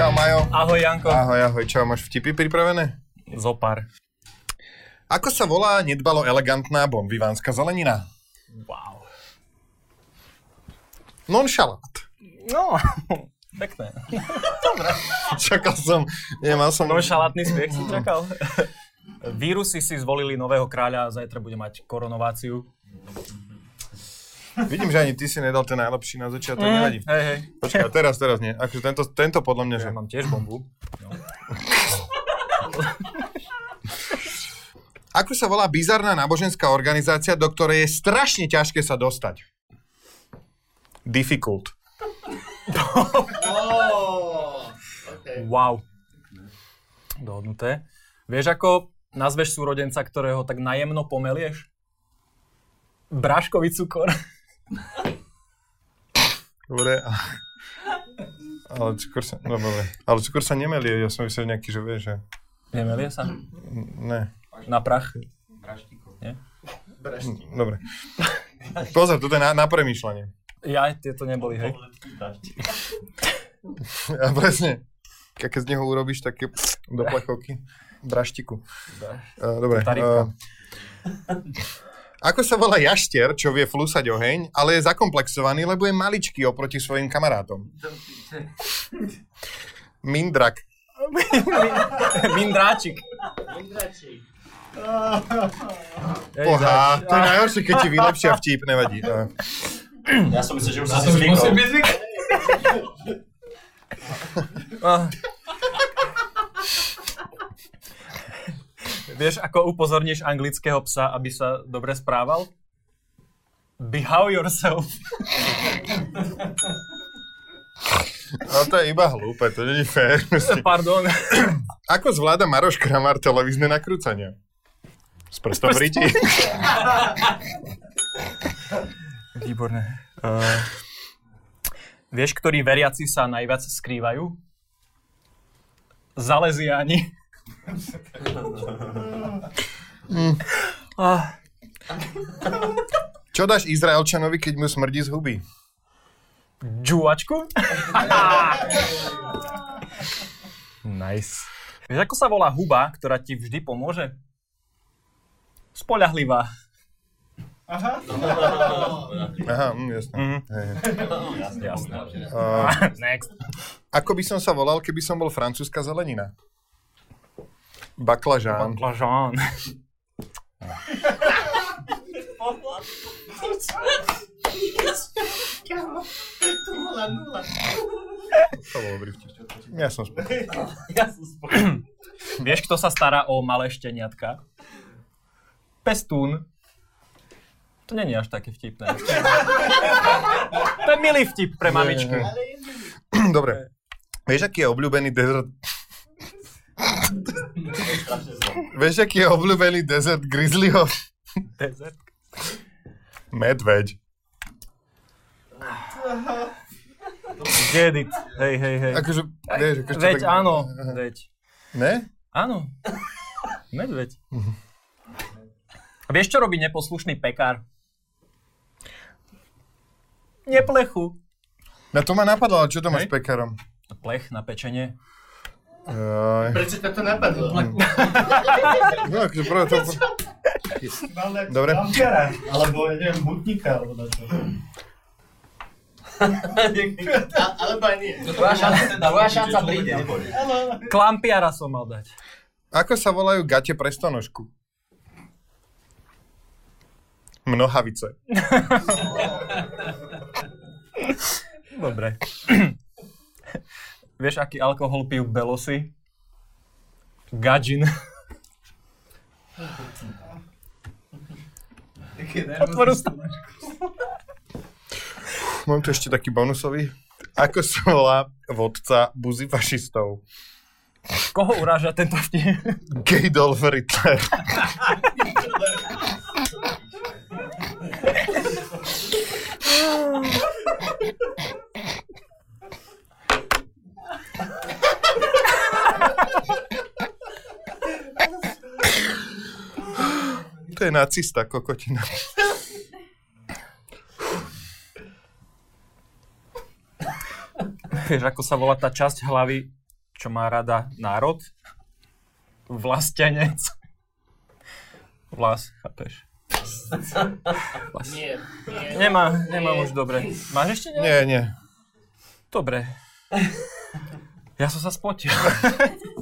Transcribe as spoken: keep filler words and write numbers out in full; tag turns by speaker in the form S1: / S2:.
S1: Čau, Majo.
S2: Ahoj, Janko.
S1: Ahoj, ahoj. Čau, máš vtipy pripravené?
S2: Zopár.
S1: Ako sa volá nedbalo elegantná bonvivánska zelenina?
S2: Wow.
S1: Nonšalát.
S2: No, pekné. Dobre.
S1: Čakal som, nemal som...
S2: Nonšalátny smiech si čakal. Vírusy si zvolili nového kráľa a zajtra bude mať koronováciu.
S1: Vidím, že ani ty si nedal ten najlepší na začiatok, mm, nevadí.
S2: Hej, hej.
S1: Počkaj, teraz, teraz nie. Akože tento, tento podľa mňa, že...
S2: Ja mám tiež bombu. No.
S1: Ako sa volá bizarná náboženská organizácia, do ktorej je strašne ťažké sa dostať? Difficult.
S3: Oh, okay.
S2: Wow. Dohodnuté. Vieš, ako nazveš súrodenca, ktorého tak najemno pomelieš? Bráškový cukor.
S1: Dobre. Ale cukor sa... No, dobre. Ale cukor sa nemelie. Ja som myslel nejaký, že vieš, že...
S2: Nemelie sa?
S1: Ne.
S2: Na prach?
S3: Braštíko.
S2: Nie?
S3: Braštíko.
S1: Dobre. Pozor, toto je na, na premýšľanie.
S2: Ja, tieto neboli, hej.
S1: Ja presne. Keď z neho urobíš také do plechovky. Braštiku. Uh, dobre. Uh, ako sa volá jaštier, čo vie flúsať oheň, ale je zakomplexovaný, lebo je maličký oproti svojim kamarátom? Mindrak.
S2: Mindráčik.
S3: Mindráčik.
S1: Pohá, to je najhoršie, keď ti vylepšia vtip, nevadí. Uh.
S3: Ja som myslel, že už ja si zvykol.
S2: Vieš, ako upozorníš anglického psa, aby sa dobre správal? Behave yourself.
S1: No to je iba hlúpe, to nie je fér.
S2: Pardon.
S1: Ako zvláda Maroš Kramár televízne nakrúcania? S prstom v riti.
S2: Výborné. Uh, vieš, ktorí veriaci sa najviac skrývajú? Zaleziáni.
S1: Mm.
S2: Ah.
S1: Čo dáš Izraelčanovi, keď mu smrdí z huby?
S2: Džúvačku? Nice. Vieš, ako sa volá huba, ktorá ti vždy pomôže? Spoľahlivá.
S3: Aha.
S1: Aha, mm, jasné.
S2: Mm.
S1: Hej, hej.
S2: Jasné, jasné.
S1: Uh,
S2: Next.
S1: ako by som sa volal, keby som bol francúzska zelenina? Baklažán.
S2: Baklažán.
S3: To bola nula.
S1: To bol dobrý vtip. Ja som spokojný.
S3: Ja som spokojný.
S2: Vieš, kto sa stará o malé šteniatka? Pestún. To nie je až také vtipné. To je milý vtip pre mamičky.
S1: Dobre. Vieš, aký je obľúbený dezert... Vieš, aký je obľúbený dezert grizzlyho?
S2: Dezert?
S1: Medveď.
S2: Get it. Hej, hej, hej.
S1: Akože, vieš, akože
S2: Veď
S1: tak...
S2: áno, veď.
S1: Ne?
S2: Áno. Medveď. Vieš, čo robí neposlušný pekár? Neplechu.
S1: Na to ma napadlo, ale čo to máš s
S2: Hej.
S1: pekárom?
S2: Plech na pečenie.
S1: Jaj.
S3: Prečo ťa to napadlo?
S1: No, akože prvé to... Dobre.
S3: Bankara, alebo ja neviem, hutníka, alebo na čo. Alebo aj nie.
S4: Tvoja šanca, tvoja šanca príde.
S2: Klampiara som mal dať.
S1: Ako sa volajú gate pre stonožku? Mnohavice.
S2: Dobre. Vieš, aký alkohol pijú belosy? Gadžin. Otvoru stonožku.
S1: Mám tu ešte taký bonusový. Ako sa volá vodca buzy fašistov?
S2: Koho uráža tento vtip?
S1: Gejdolf Rittler. To je nacista, kokotina.
S2: Vieš, ako sa volá tá časť hlavy, čo má rada národ. Vlastenec. Vlas, chápeš? Vlas.
S3: Nie, nie.
S2: Nemá, nemám už dobre. Máš ešte nejaké?
S1: Nie, nie.
S2: Dobre. Ja som sa spotil.